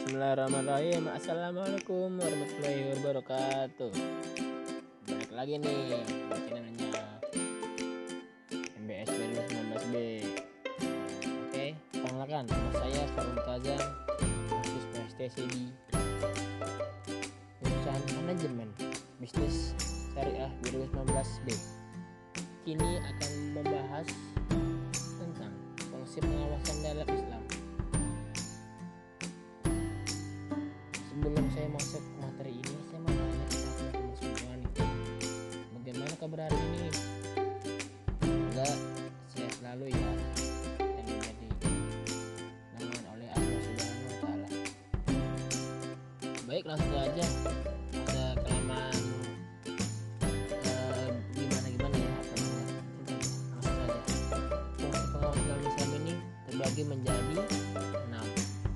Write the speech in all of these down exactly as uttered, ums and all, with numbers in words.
Bismillahirrahmanirrahim. Assalamualaikum warahmatullahi wabarakatuh. Balik lagi nih di channelnya M B S dua ribu sembilan belas B. Oke, perkenalkan, nama saya Sarul Tazam, mahasiswa S T S I di jurusan Manajemen Bisnis Syariah dua ribu sembilan belas B. Kini akan membahas tentang fungsi pengawasan dalam Islam. Sebelum saya masuk ke materi ini, saya mau tanya ke teman-teman semua nih, bagaimana kabar hari ini? Semoga sehat selalu ya, dan menjadi naungan oleh Allah Subhanahu Wa Taala. Baik, langsung aja, ada kelamaan eh, gimana-gimana ya, apa namanya? Langsung saja. Fungsi pengawasan dalam Islam ini terbagi menjadi enam.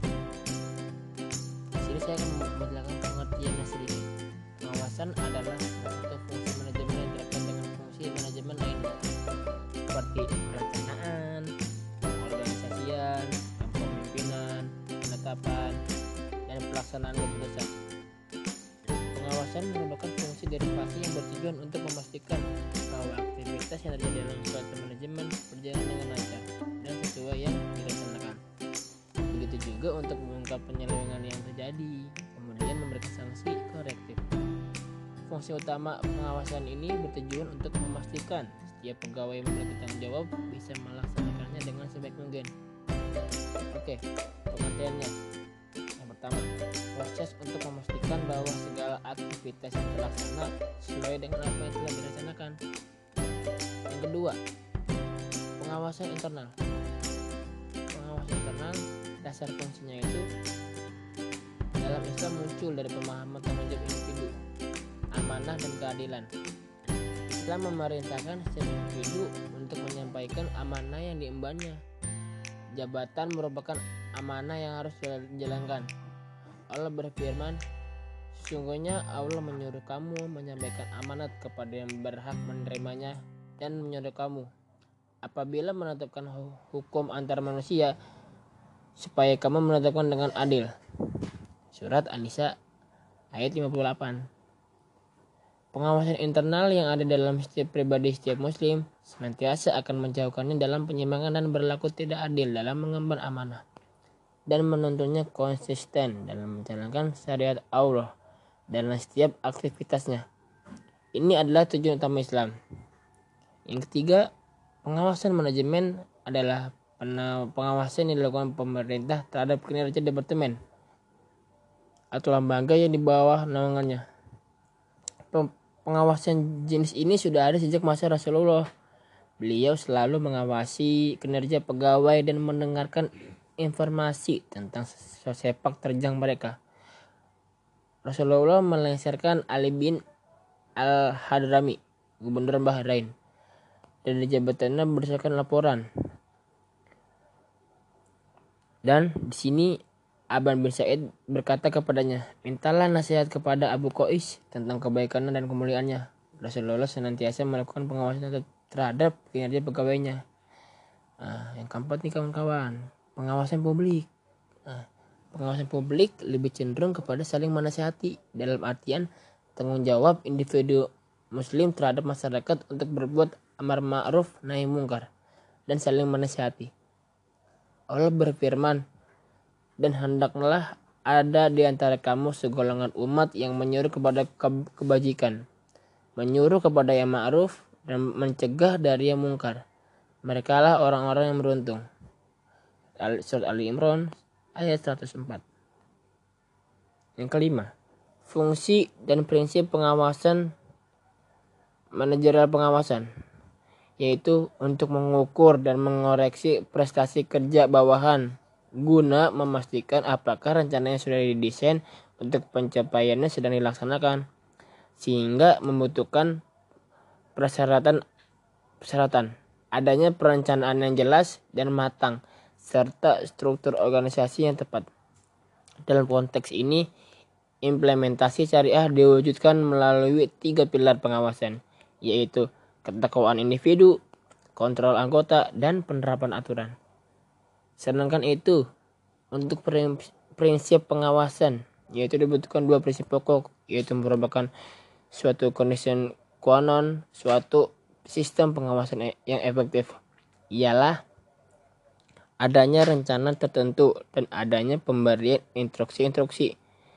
Saya akan menjelaskan pengertiannya sedikit. Pengawasan adalah salah satu fungsi manajemen yang terkait dengan fungsi manajemen lainnya, seperti perencanaan, pengorganisasian, kepemimpinan, penetapan, dan pelaksanaan keputusan. Pengawasan merupakan fungsi derivasi yang bertujuan untuk memastikan bahwa aktivitas yang terjadi dalam suatu manajemen berjalan dengan lancar dan sesuai yang direncanakan. Begitu juga untuk mengungkap penyelewengan yang terjadi, kemudian memberikan sanksi korektif. Fungsi utama pengawasan ini bertujuan untuk memastikan setiap pegawai yang memiliki tanggung jawab bisa melaksanakannya dengan sebaik mungkin. Oke, pengertiannya. Yang pertama, proses untuk memastikan bahwa segala aktivitas yang terlaksana sesuai dengan apa yang telah direncanakan. Yang kedua, pengawasan internal. Pengawasan internal, dasar fungsinya itu dalam Islam muncul dari pemahaman tanggung jawab individu, amanah dan keadilan. Islam memerintahkan setiap individu untuk menyampaikan amanah yang diembannya. Jabatan merupakan amanah yang harus dijalankan. Allah berfirman, sesungguhnya Allah menyuruh kamu menyampaikan amanat kepada yang berhak menerimanya dan menyuruh kamu apabila menetapkan hukum antar manusia supaya kamu menetapkan dengan adil. Surat An-Nisa ayat lima puluh delapan. Pengawasan internal yang ada dalam setiap pribadi setiap muslim senantiasa akan menjauhkannya dalam penyimpangan dan berlaku tidak adil dalam mengemban amanah dan menuntunnya konsisten dalam menjalankan syariat Allah dalam setiap aktivitasnya. Ini adalah tujuan utama Islam. Yang ketiga, pengawasan manajemen adalah pengawasan yang dilakukan pemerintah terhadap kinerja departemen atau lembaga yang di bawah naungannya. Pengawasan jenis ini sudah ada sejak masa Rasulullah. Beliau selalu mengawasi kinerja pegawai dan mendengarkan informasi tentang sepak terjang mereka. Rasulullah melengsarkan Ali bin Al-Hadrami, gubernur Bahrain, dan jabatannya berdasarkan laporan. Dan di sini Aban bin Sa'id berkata kepadanya, mintalah nasihat kepada Abu Qais tentang kebaikannya dan kemuliaannya. Rasulullah senantiasa melakukan pengawasan terhadap kinerja pegawainya. Nah, yang keempat nih kawan-kawan, pengawasan publik. Nah, pengawasan publik lebih cenderung kepada saling menasihati dalam artian tanggung jawab individu muslim terhadap masyarakat untuk berbuat amar ma'ruf nahi mungkar dan saling menasihati. Allah berfirman, dan hendaklah ada di antara kamu segolongan umat yang menyuruh kepada kebajikan, menyuruh kepada yang ma'ruf dan mencegah dari yang mungkar. Merekalah orang-orang yang beruntung. Surat Ali Imran ayat seratus empat. Yang kelima, fungsi dan prinsip pengawasan manajerial pengawasan, yaitu untuk mengukur dan mengoreksi prestasi kerja bawahan guna memastikan apakah rencananya sudah didesain untuk pencapaiannya sedang dilaksanakan, sehingga membutuhkan persyaratan persyaratan adanya perencanaan yang jelas dan matang serta struktur organisasi yang tepat. Dalam konteks ini, implementasi syariah diwujudkan melalui tiga pilar pengawasan, yaitu ketakwaan individu, kontrol anggota, dan penerapan aturan. Sedangkan itu, untuk prinsip pengawasan, yaitu dibutuhkan dua prinsip pokok, yaitu merupakan suatu condition qua non suatu sistem pengawasan yang efektif ialah adanya rencana tertentu dan adanya pemberian instruksi-instruksi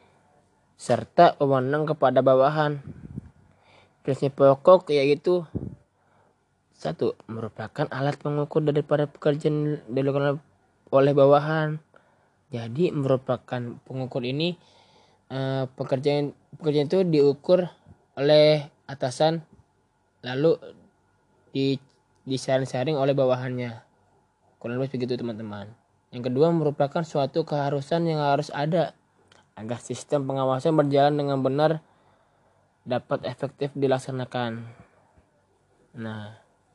serta wewenang kepada bawahan. Prinsip pokok yaitu satu, merupakan alat pengukur daripada pekerjaan dilakukan oleh bawahan. Jadi merupakan pengukur ini eh, pekerjaan pekerjaan itu diukur oleh atasan lalu di disaring-saring oleh bawahannya. Kurang lebih begitu teman-teman. Yang kedua, merupakan suatu keharusan yang harus ada agar sistem pengawasan berjalan dengan benar dapat efektif dilaksanakan. Nah,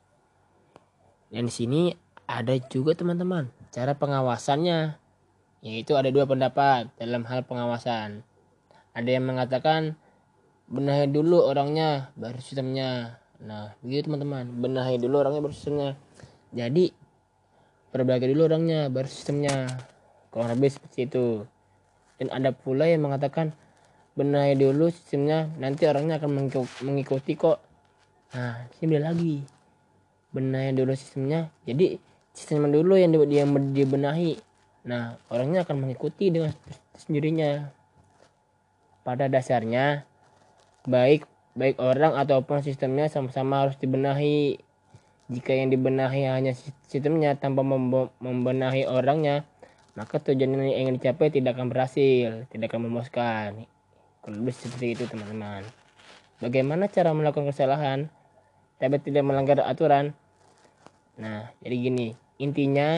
dan di sini ada juga teman-teman cara pengawasannya, yaitu ada dua pendapat dalam hal pengawasan. Ada yang mengatakan benahi dulu orangnya baru sistemnya. Nah, begitu teman-teman, benahi dulu orangnya baru sistemnya. Jadi perbaiki dulu orangnya baru sistemnya, kurang lebih seperti itu. Dan ada pula yang mengatakan benahi dulu sistemnya, nanti orangnya akan mengikuti kok. Nah, ini beda lagi, benahi dulu sistemnya, jadi sistemnya dulu yang yang dibenahi. Nah, orangnya akan mengikuti dengan sendirinya. Pada dasarnya baik baik orang ataupun sistemnya sama-sama harus dibenahi. Jika yang dibenahi hanya sistemnya tanpa membenahi orangnya, maka tujuan yang ingin dicapai tidak akan berhasil, tidak akan memuaskan. Kalau lebih seperti itu teman-teman. Bagaimana cara melakukan kesalahan tapi tidak melanggar aturan? Nah, jadi gini, intinya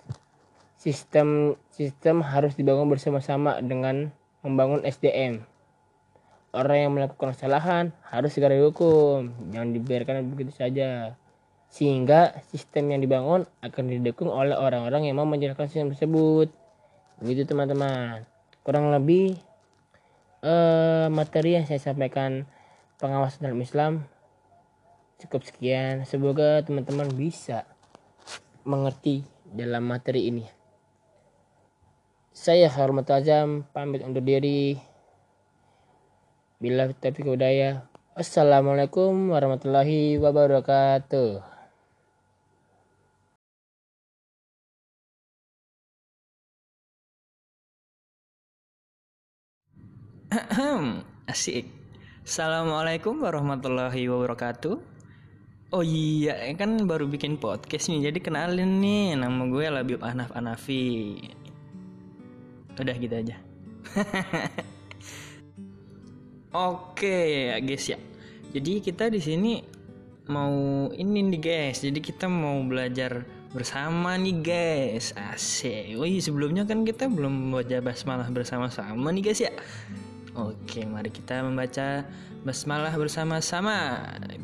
sistem sistem harus dibangun bersama-sama dengan membangun S D M. Orang yang melakukan kesalahan harus segera dihukum, jangan dibiarkan begitu saja. Sehingga sistem yang dibangun akan didukung oleh orang-orang yang mau menjalankan sistem tersebut. Begitu teman-teman. Kurang lebih eh, materi yang saya sampaikan pengawasan dalam Islam cukup sekian. Semoga teman-teman bisa mengerti dalam materi ini. Saya Hormat Azam pamit undur diri. Bila taufiq hidayah. Assalamualaikum warahmatullahi wabarakatuh. Asik. Assalamualaikum warahmatullahi wabarakatuh. Oh iya, kan baru bikin podcast nih, jadi kenalin nih, nama gue Labib Ahnaf Anafi. Udah gitu aja. Oke ya guys ya. Jadi kita di sini mau ini nih guys. Jadi kita mau belajar bersama nih guys. Asik. Oh iya, sebelumnya kan kita belum baca basmalah bersama-sama nih guys ya. Oke, mari kita membaca basmalah bersama-sama.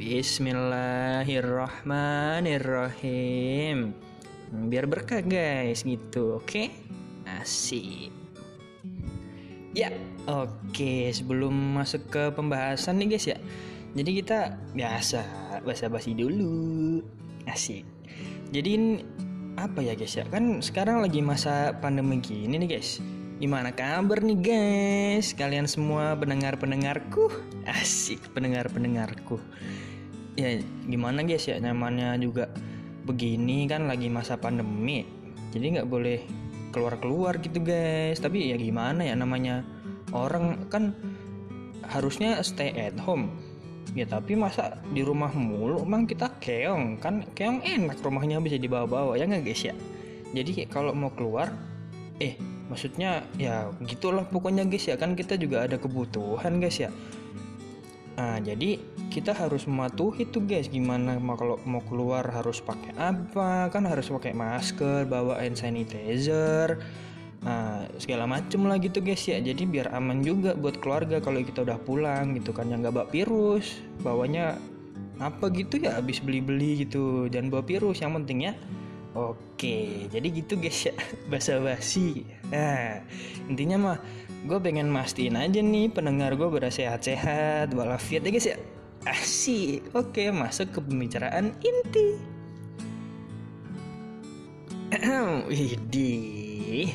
Bismillahirrahmanirrahim. Biar berkah guys gitu, oke? Asik. Ya, oke. Sebelum masuk ke pembahasan nih guys ya. Jadi kita biasa basa-basi dulu. Asik. Jadi apa ya guys ya? Kan sekarang lagi masa pandemi gini nih guys. Gimana kabar nih guys? Kalian semua pendengar-pendengarku? Asik, pendengar-pendengarku. Ya gimana guys ya, nyamannya juga begini kan lagi masa pandemi. Jadi gak boleh keluar-keluar gitu guys. Tapi ya gimana ya, namanya orang kan harusnya stay at home. Ya tapi masa di rumah mulu, emang kita keong. Kan keong enak, rumahnya bisa dibawa-bawa, ya gak guys ya? Jadi kalau mau keluar, eh maksudnya ya gitulah pokoknya guys ya, kan kita juga ada kebutuhan guys ya. Nah jadi kita harus mematuhi tuh guys, gimana mau kalau mau keluar harus pakai apa, kan harus pakai masker, bawa hand sanitizer, nah segala macem lah gitu guys ya. Jadi biar aman juga buat keluarga kalau kita udah pulang gitu kan, yang gak bawa virus, bawanya apa gitu ya, habis beli-beli gitu, jangan bawa virus yang penting ya. Oke, jadi gitu guys ya, basa-basi. Nah, intinya mah gue pengen mastiin aja nih pendengar gue pada sehat-sehat, walafiat ya guys ya. Asik. Oke, masuk ke pembicaraan inti. Widih,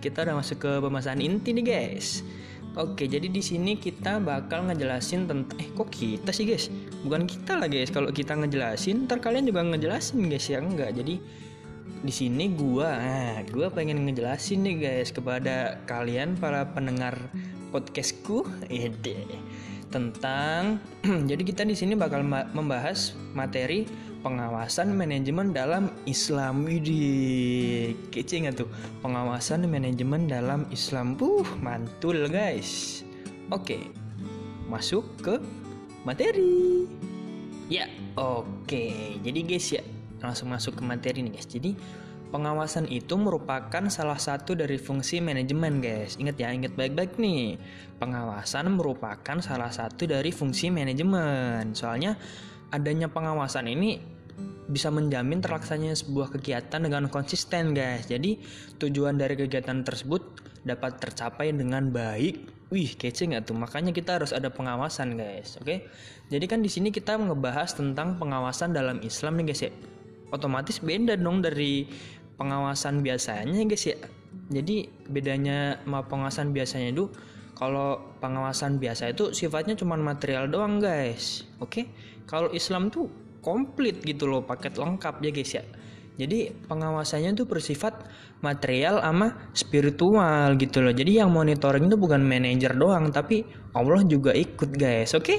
kita udah masuk ke pembahasan inti nih guys. Oke, jadi di sini kita bakal ngejelasin tentang eh kok kita sih guys? Bukan kita lah guys. Kalau kita ngejelasin, ntar kalian juga ngejelasin guys ya enggak. Jadi di sini gua, nah, gua pengen ngejelasin nih guys kepada kalian para pendengar podcastku, ede tentang jadi kita di sini bakal ma- membahas materi pengawasan manajemen dalam Islam. Widih, kece nggak tuh? Pengawasan manajemen dalam Islam, buh mantul guys. Oke, masuk ke materi. Ya, oke. Jadi guys ya, langsung masuk ke materi nih guys. Jadi pengawasan itu merupakan salah satu dari fungsi manajemen guys. Ingat ya, ingat baik-baik nih. Pengawasan merupakan salah satu dari fungsi manajemen. Soalnya adanya pengawasan ini bisa menjamin terlaksananya sebuah kegiatan dengan konsisten guys. Jadi tujuan dari kegiatan tersebut dapat tercapai dengan baik. Wih, kece nggak tuh? Makanya kita harus ada pengawasan guys. Oke. Jadi kan di sini kita ngebahas tentang pengawasan dalam Islam nih guys ya. Otomatis beda dong dari pengawasan biasanya guys ya. Jadi bedanya sama pengawasan biasanya itu, kalau pengawasan biasa itu sifatnya cuma material doang guys. Oke. Kalau Islam tuh komplit gitu loh, paket lengkap ya guys ya. Jadi pengawasannya tuh bersifat material sama spiritual gitu loh. Jadi yang monitoring itu bukan manajer doang, tapi Allah juga ikut guys. Oke?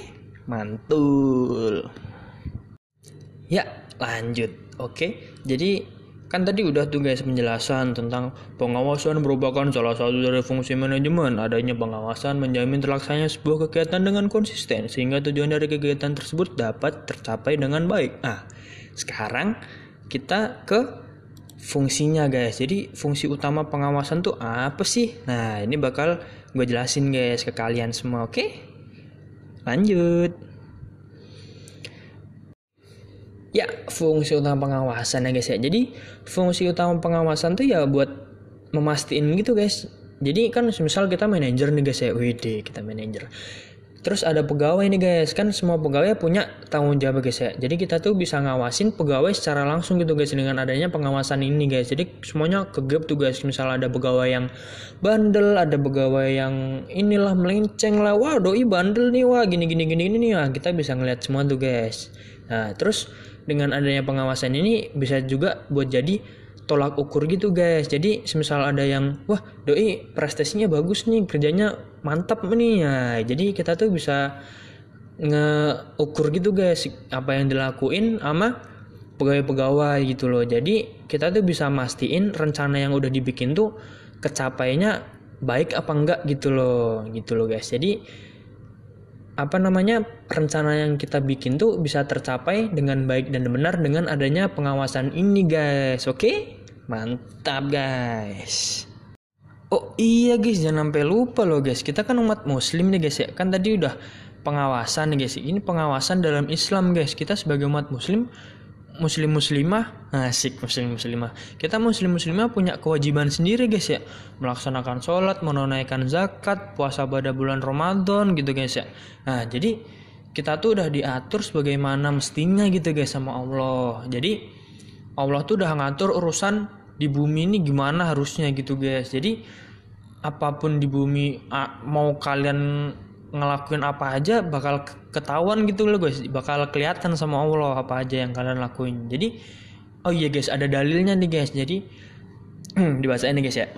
Mantul. Ya, lanjut. Oke. Jadi kan tadi udah tuh guys penjelasan tentang pengawasan merupakan salah satu dari fungsi manajemen. Adanya pengawasan menjamin terlaksananya sebuah kegiatan dengan konsisten sehingga tujuan dari kegiatan tersebut dapat tercapai dengan baik. Nah, sekarang kita ke fungsinya guys. Jadi fungsi utama pengawasan tuh apa sih? Nah, ini bakal gue jelasin guys ke kalian semua. Oke? Lanjut. Ya, fungsi utama pengawasan ya guys ya. Jadi fungsi utama pengawasan tuh ya buat memastiin gitu guys. Jadi kan misal kita manajer nih guys ya. Widih, kita manajer. Terus ada pegawai nih guys. Kan semua pegawai punya tanggung jawab guys ya. Jadi kita tuh bisa ngawasin pegawai secara langsung gitu guys dengan adanya pengawasan ini guys. Jadi semuanya kegep tuh guys. Misal ada pegawai yang bandel, ada pegawai yang inilah melenceng lah. Wah, doi bandel nih. Wah, gini gini gini gini nih. Wah, kita bisa ngeliat semua tuh guys. Nah, terus dengan adanya pengawasan ini bisa juga buat jadi tolak ukur gitu guys. Jadi semisal ada yang wah doi prestasinya bagus nih, kerjanya mantap nih ya. Jadi kita tuh bisa ngeukur gitu guys apa yang dilakuin sama pegawai-pegawai gitu loh. Jadi kita tuh bisa mastiin rencana yang udah dibikin tuh kecapainya baik apa enggak gitu loh. Gitu loh guys. Jadi apa namanya rencana yang kita bikin tuh bisa tercapai dengan baik dan benar dengan adanya pengawasan ini guys. Oke? Mantap guys. Oh iya guys, jangan sampai lupa loh guys. Kita kan umat muslim nih guys ya. Kan tadi udah pengawasan nih guys. Ini pengawasan dalam Islam guys. Kita sebagai umat muslim, muslim muslimah, asik muslim muslimah. Kita muslim muslimah punya kewajiban sendiri guys ya. Melaksanakan sholat, menunaikan zakat, puasa pada bulan Ramadan gitu guys ya. Nah, jadi kita tuh udah diatur sebagaimana mestinya gitu guys sama Allah. Jadi Allah tuh udah ngatur urusan di bumi ini gimana harusnya gitu guys. Jadi apapun di bumi mau kalian ngelakuin apa aja bakal ketahuan gitu loh guys, bakal kelihatan sama Allah apa aja yang kalian lakuin. Jadi oh iya guys, ada dalilnya nih guys. Jadi dibacain nih guys ya.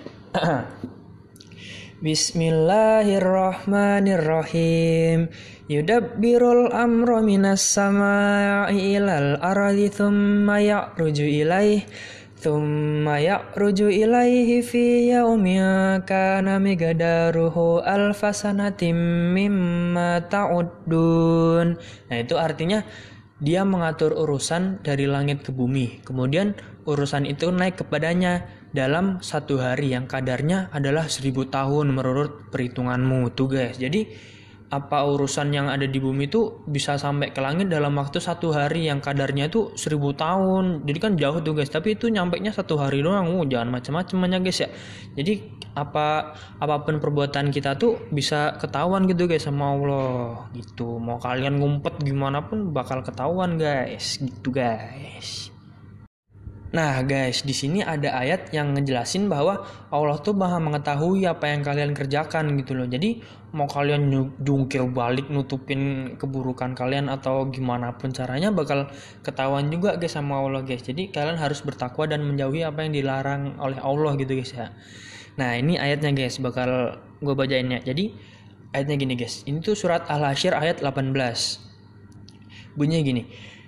Bismillahirrahmanirrahim. Yudabbirul amra minas sama'i ilal ardi thumma ya'ruju ilaih Thumma ya'ruju ilaihi fi yaumin kana miqdaruhu alfa sanatin mimma ta'uddun. Nah, itu artinya dia mengatur urusan dari langit ke bumi. Kemudian urusan itu naik kepadanya dalam satu hari yang kadarnya adalah seribu tahun menurut perhitunganmu tuh guys. Jadi apa urusan yang ada di bumi itu bisa sampai ke langit dalam waktu satu hari yang kadarnya itu seribu tahun. Jadi kan jauh tuh guys, tapi itu nyampainya satu hari doang. Uh, jangan macam-macam aja guys ya. Jadi apa apapun perbuatan kita tuh bisa ketahuan gitu guys sama Allah gitu. Mau kalian ngumpet gimana pun bakal ketahuan guys gitu guys. Nah guys, di sini ada ayat yang ngejelasin bahwa Allah tuh maha mengetahui apa yang kalian kerjakan gitu loh. Jadi mau kalian jungkir balik nutupin keburukan kalian atau gimana pun caranya bakal ketahuan juga guys sama Allah guys. Jadi kalian harus bertakwa dan menjauhi apa yang dilarang oleh Allah gitu guys ya. Nah ini ayatnya guys, bakal gue bacain ya. Jadi ayatnya gini guys, ini tuh surat Al-Hasyr ayat delapan belas. Bunyinya gini,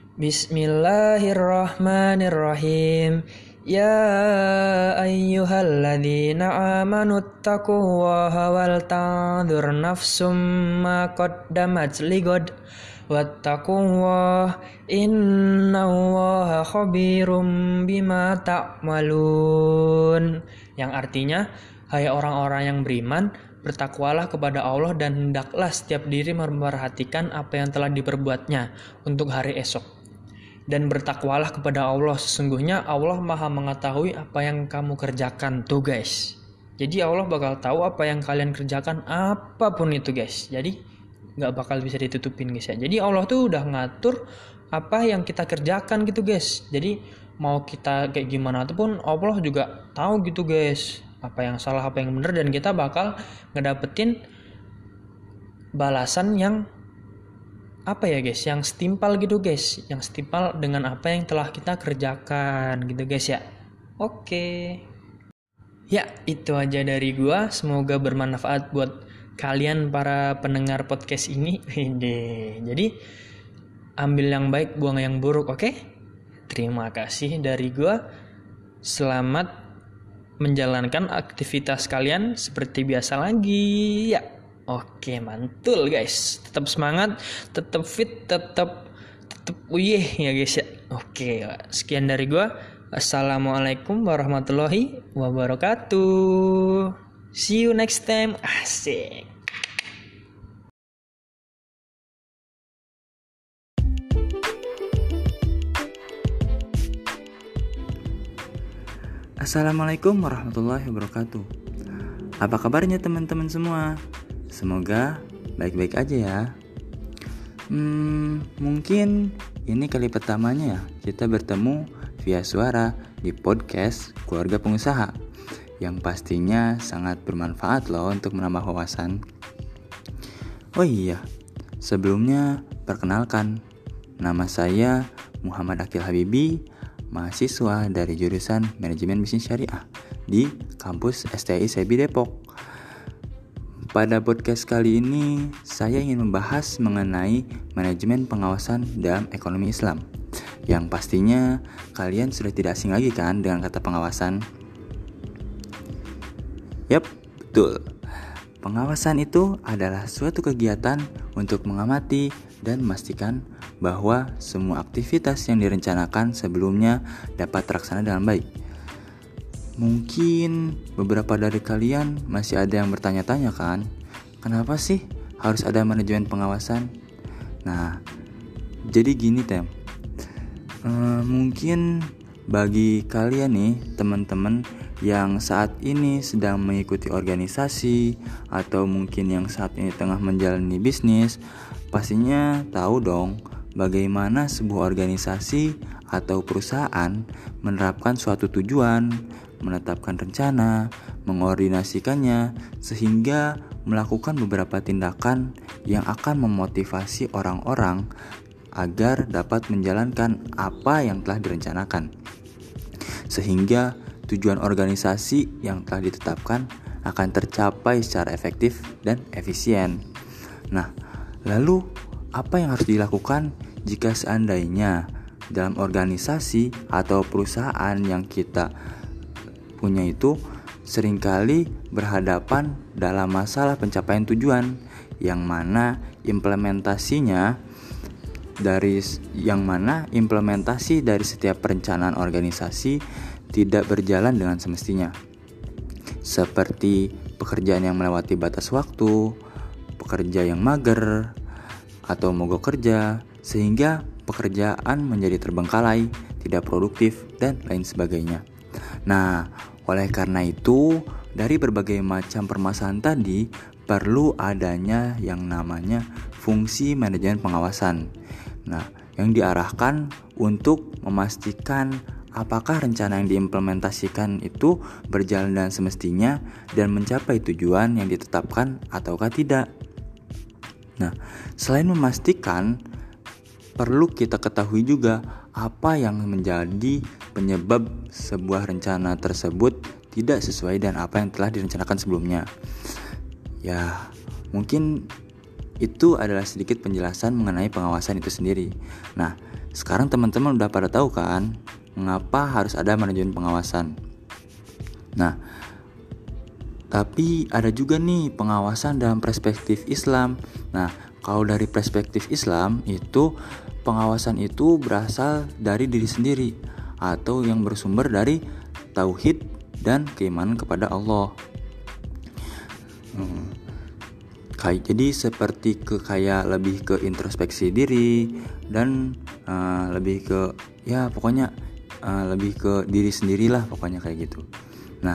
Bismillahirrahmanirrahim. Ya ayyuhalladzina amanu taqullaha wal tanzur nafsum ma qaddamat ligad wattaqullaha innallaha khabirum bima ta'malun. Yang artinya, hai orang-orang yang beriman, bertakwalah kepada Allah dan hendaklah setiap diri memperhatikan apa yang telah diperbuatnya untuk hari esok. Dan bertakwalah kepada Allah, sesungguhnya Allah maha mengetahui apa yang kamu kerjakan tuh guys. Jadi Allah bakal tahu apa yang kalian kerjakan apapun itu guys. Jadi gak bakal bisa ditutupin guys ya. Jadi Allah tuh udah ngatur apa yang kita kerjakan gitu guys. Jadi mau kita kayak gimana pun Allah juga tahu gitu guys, apa yang salah apa yang benar, dan kita bakal ngedapetin balasan yang apa ya guys, yang setimpal gitu guys, yang setimpal dengan apa yang telah kita kerjakan gitu guys ya. Oke ya, itu aja dari gua, semoga bermanfaat buat kalian para pendengar podcast ini. Jadi ambil yang baik, buang yang buruk. Oke, terima kasih dari gua, selamat menjalankan aktivitas kalian seperti biasa lagi ya. Oke, mantul guys, tetap semangat, tetap fit, tetap tetap uyeh ya guys ya. Oke, sekian dari gua. Assalamualaikum warahmatullahi wabarakatuh. See you next time. Asik. Assalamualaikum warahmatullahi wabarakatuh. Apa kabarnya teman-teman semua? Semoga baik-baik aja ya. Hmm, mungkin ini kali pertamanya ya kita bertemu via suara di podcast Keluarga Pengusaha, yang pastinya sangat bermanfaat loh untuk menambah wawasan. Oh iya, sebelumnya perkenalkan, nama saya Muhammad Akil Habibi, mahasiswa dari jurusan Manajemen Bisnis Syariah di kampus S T I Sebi Depok. Pada podcast kali ini, saya ingin membahas mengenai manajemen pengawasan dalam ekonomi Islam, yang pastinya kalian sudah tidak asing lagi kan dengan kata pengawasan. Yap, betul. Pengawasan itu adalah suatu kegiatan untuk mengamati dan memastikan bahwa semua aktivitas yang direncanakan sebelumnya dapat terlaksana dengan baik. Mungkin beberapa dari kalian masih ada yang bertanya-tanya kan, kenapa sih harus ada manajemen pengawasan? Nah, jadi gini tem, e, mungkin bagi kalian nih teman-teman yang saat ini sedang mengikuti organisasi atau mungkin yang saat ini tengah menjalani bisnis, pastinya tahu dong bagaimana sebuah organisasi atau perusahaan menerapkan suatu tujuan, menetapkan rencana, mengordinasikannya, sehingga melakukan beberapa tindakan yang akan memotivasi orang-orang agar dapat menjalankan apa yang telah direncanakan, sehingga tujuan organisasi yang telah ditetapkan akan tercapai secara efektif dan efisien. Nah, lalu apa yang harus dilakukan jika seandainya dalam organisasi atau perusahaan yang kita punya itu seringkali berhadapan dalam masalah pencapaian tujuan, yang mana implementasinya dari yang mana implementasi dari setiap perencanaan organisasi tidak berjalan dengan semestinya, seperti pekerjaan yang melewati batas waktu, pekerja yang mager atau mogok kerja, sehingga pekerjaan menjadi terbengkalai, tidak produktif, dan lain sebagainya. Nah, oleh karena itu, dari berbagai macam permasalahan tadi, perlu adanya yang namanya fungsi manajemen pengawasan. Nah, yang diarahkan untuk memastikan apakah rencana yang diimplementasikan itu berjalan dengan semestinya dan mencapai tujuan yang ditetapkan ataukah tidak. Nah, selain memastikan, perlu kita ketahui juga apa yang menjadi penyebab sebuah rencana tersebut tidak sesuai dengan apa yang telah direncanakan sebelumnya. Ya, mungkin itu adalah sedikit penjelasan mengenai pengawasan itu sendiri. Nah, sekarang teman-teman udah pada tahu kan mengapa harus ada manajemen pengawasan. Nah, tapi ada juga nih pengawasan dalam perspektif Islam. Nah, kalau dari perspektif Islam itu pengawasan itu berasal dari diri sendiri atau yang bersumber dari tauhid dan keimanan kepada Allah. Hmm. Kayak jadi seperti ke kayak lebih ke introspeksi diri dan uh, lebih ke ya pokoknya uh, lebih ke diri sendirilah pokoknya kayak gitu. Nah,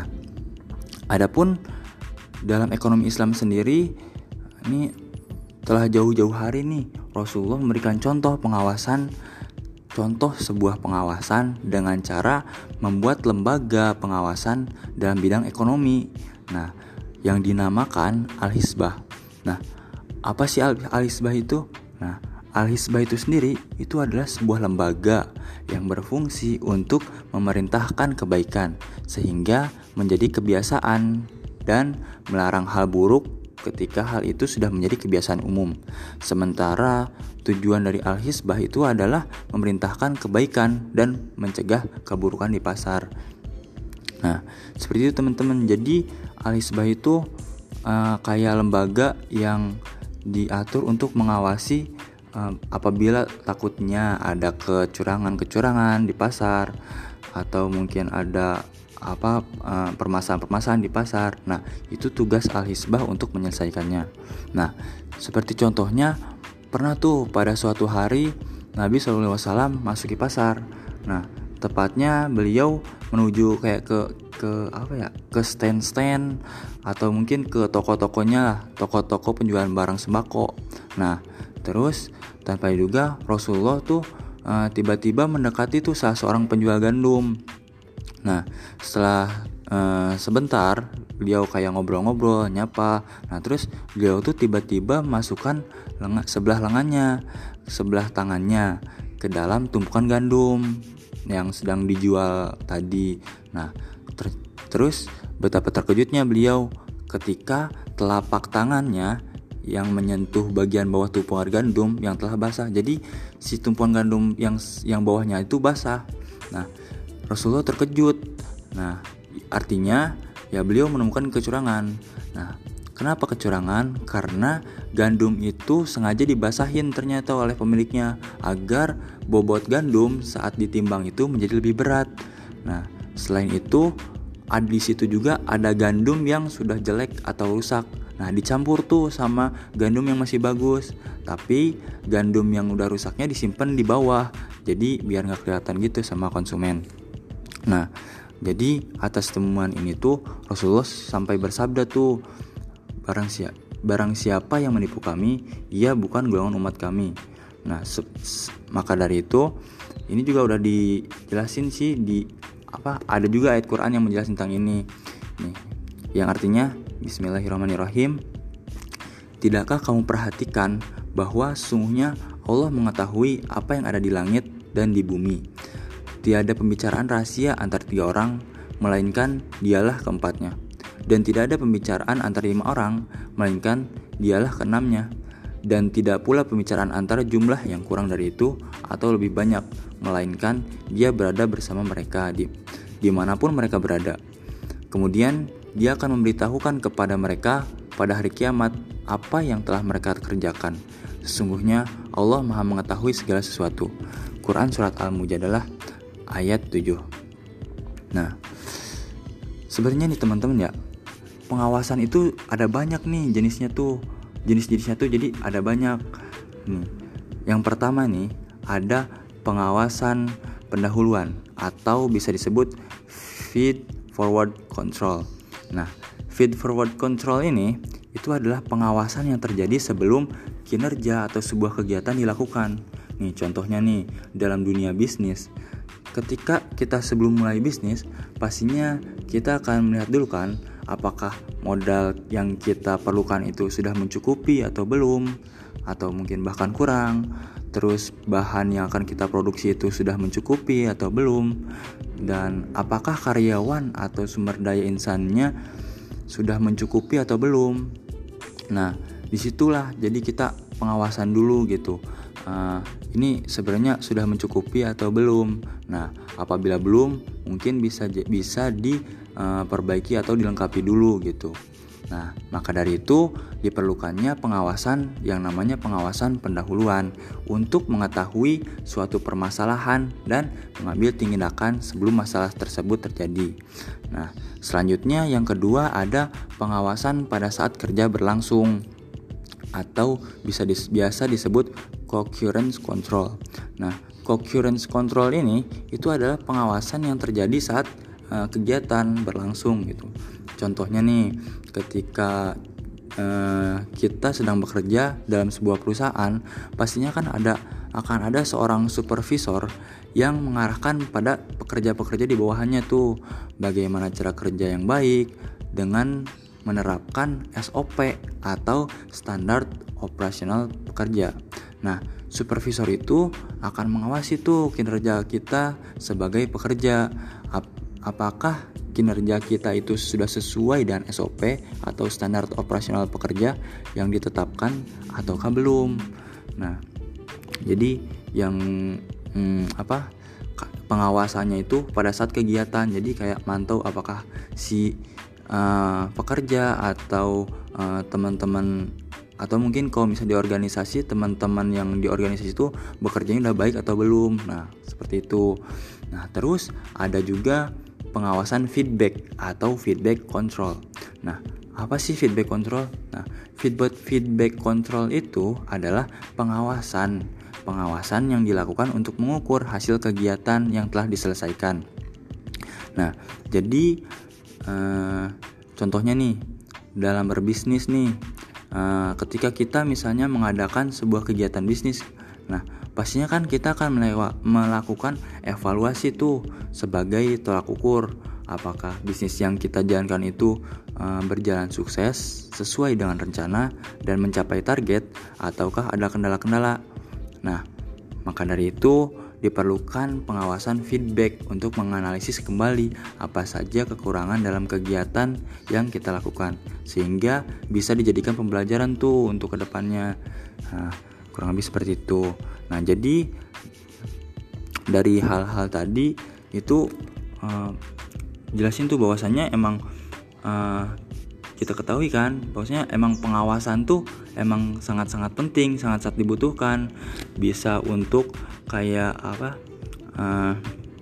adapun dalam ekonomi Islam sendiri ini telah jauh-jauh hari nih Rasulullah memberikan contoh pengawasan contoh sebuah pengawasan dengan cara membuat lembaga pengawasan dalam bidang ekonomi. Nah, yang dinamakan Al-Hisbah. Nah, apa sih Al-Hisbah itu? Nah, Al-Hisbah itu sendiri itu adalah sebuah lembaga yang berfungsi untuk memerintahkan kebaikan sehingga menjadi kebiasaan dan melarang hal buruk ketika hal itu sudah menjadi kebiasaan umum. Sementara tujuan dari Al-Hisbah itu adalah memerintahkan kebaikan dan mencegah keburukan di pasar. Nah, seperti itu teman-teman. Jadi Al-Hisbah itu Uh, kayak lembaga yang diatur untuk mengawasi uh, apabila takutnya ada kecurangan-kecurangan di pasar atau mungkin ada apa uh, permasalahan-permasalahan di pasar. Nah, itu tugas Al-Hisbah untuk menyelesaikannya. Nah, seperti contohnya pernah tuh pada suatu hari Nabi shallallahu alaihi wasallam masuki pasar. Nah, tepatnya beliau menuju kayak ke ke apa ya ke stand-stand atau mungkin ke toko-tokonya lah, toko-toko penjualan barang sembako. Nah, terus tanpa diduga Rasulullah tuh uh, tiba-tiba mendekati tuh salah seorang penjual gandum. Nah, setelah uh, sebentar beliau kayak ngobrol-ngobrol, nyapa. Nah, terus beliau tuh tiba-tiba masukkan lengan, sebelah lengannya, sebelah tangannya ke dalam tumpukan gandum yang sedang dijual tadi. Nah, ter- terus betapa terkejutnya beliau ketika telapak tangannya yang menyentuh bagian bawah tumpukan gandum yang telah basah. Jadi si tumpukan gandum yang yang bawahnya itu basah. Nah, Rasulullah terkejut. Nah, artinya ya beliau menemukan kecurangan. Nah, kenapa kecurangan? Karena gandum itu sengaja dibasahin ternyata oleh pemiliknya agar bobot gandum saat ditimbang itu menjadi lebih berat. Nah, selain itu di situ juga ada gandum yang sudah jelek atau rusak. Nah, dicampur tuh sama gandum yang masih bagus. Tapi gandum yang udah rusaknya disimpan di bawah. Jadi biar nggak kelihatan gitu sama konsumen. Nah, jadi atas temuan ini tuh Rasulullah sampai bersabda tuh, barang siapa barang siapa yang menipu kami, ia bukan golongan umat kami. Nah, se- se- maka dari itu ini juga udah dijelasin sih di apa ada juga ayat Quran yang menjelaskan tentang ini. Nih, yang artinya Bismillahirrahmanirrahim. Tidakkah kamu perhatikan bahwa sesungguhnya Allah mengetahui apa yang ada di langit dan di bumi. Tiada pembicaraan rahasia antara tiga orang, melainkan dialah keempatnya. Dan tidak ada pembicaraan antara lima orang, melainkan dialah keenamnya. Dan tidak pula pembicaraan antara jumlah yang kurang dari itu atau lebih banyak, melainkan dia berada bersama mereka di dimanapun mereka berada. Kemudian dia akan memberitahukan kepada mereka pada hari kiamat apa yang telah mereka kerjakan. Sesungguhnya Allah Maha mengetahui segala sesuatu. Quran Surat Al-Mujadalah ayat tujuh. Nah, sebenarnya nih teman-teman ya, pengawasan itu ada banyak nih jenisnya tuh. Jenis-jenisnya tuh jadi ada banyak. Nih, yang pertama nih ada pengawasan pendahuluan atau bisa disebut feed forward control. Nah, feed forward control ini itu adalah pengawasan yang terjadi sebelum kinerja atau sebuah kegiatan dilakukan. Nih, contohnya nih dalam dunia bisnis. ketika kita sebelum mulai bisnis, pastinya kita akan melihat dulu kan, apakah modal yang kita perlukan itu sudah mencukupi atau belum, atau mungkin bahkan kurang. Terus bahan yang akan kita produksi itu sudah mencukupi atau belum, dan apakah karyawan atau sumber daya insannya sudah mencukupi atau belum. Nah, disitulah jadi kita pengawasan dulu gitu. Uh, ini sebenarnya sudah mencukupi atau belum. Nah, apabila belum, mungkin bisa bisa diperbaiki uh, atau dilengkapi dulu gitu. Nah, maka dari itu diperlukannya pengawasan yang namanya pengawasan pendahuluan untuk mengetahui suatu permasalahan dan mengambil tindakan sebelum masalah tersebut terjadi. Nah, selanjutnya yang kedua ada pengawasan pada saat kerja berlangsung atau bisa dis- biasa disebut concurrence control. Nah, concurrence control ini itu adalah pengawasan yang terjadi saat uh, kegiatan berlangsung gitu. Contohnya nih, ketika uh, kita sedang bekerja dalam sebuah perusahaan, pastinya kan ada akan ada seorang supervisor yang mengarahkan pada pekerja-pekerja di bawahannya tuh bagaimana cara kerja yang baik dengan menerapkan S O P atau standar operasional pekerja. Nah, supervisor itu akan mengawasi tuh kinerja kita sebagai pekerja. Ap- apakah kinerja kita itu sudah sesuai dengan S O P atau standar operasional pekerja yang ditetapkan ataukah belum. Nah, jadi yang hmm, apa pengawasannya itu pada saat kegiatan. Jadi kayak mantau apakah si uh, pekerja atau uh, teman-teman, atau mungkin kalau misalnya di organisasi, teman-teman yang di organisasi itu bekerjanya udah baik atau belum. Nah, seperti itu. Nah, terus ada juga pengawasan feedback atau feedback control. Nah, apa sih feedback control? Nah, feedback feedback control itu adalah pengawasan pengawasan yang dilakukan untuk mengukur hasil kegiatan yang telah diselesaikan. Nah, jadi eh, contohnya nih dalam berbisnis nih, eh, ketika kita misalnya mengadakan sebuah kegiatan bisnis, nah pastinya kan kita akan melewa, melakukan evaluasi tuh sebagai tolak ukur apakah bisnis yang kita jalankan itu uh, berjalan sukses sesuai dengan rencana dan mencapai target ataukah ada kendala-kendala. Nah, maka dari itu diperlukan pengawasan feedback untuk menganalisis kembali apa saja kekurangan dalam kegiatan yang kita lakukan sehingga bisa dijadikan pembelajaran tuh untuk kedepannya. Nah, kurang lebih seperti itu. Nah, jadi dari hal-hal tadi itu uh, jelasin tuh bahwasannya emang uh, kita ketahui kan bahwasanya emang pengawasan tuh emang sangat-sangat penting, sangat-sangat dibutuhkan, bisa untuk kayak apa uh,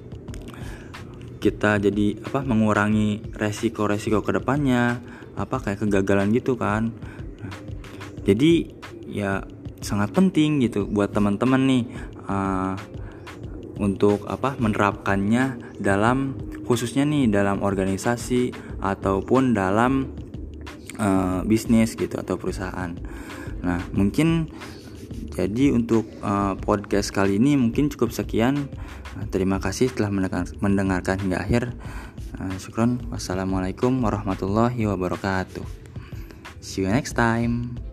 kita jadi apa mengurangi resiko-resiko kedepannya, apa kayak kegagalan gitu kan. Nah, jadi ya sangat penting gitu buat teman-teman nih uh, untuk apa menerapkannya dalam khususnya nih dalam organisasi ataupun dalam uh, bisnis gitu atau perusahaan. Nah, mungkin jadi untuk uh, podcast kali ini mungkin cukup sekian. Uh, terima kasih telah mendengar- mendengarkan hingga akhir. Uh, syukron. Wassalamualaikum warahmatullahi wabarakatuh. See you next time.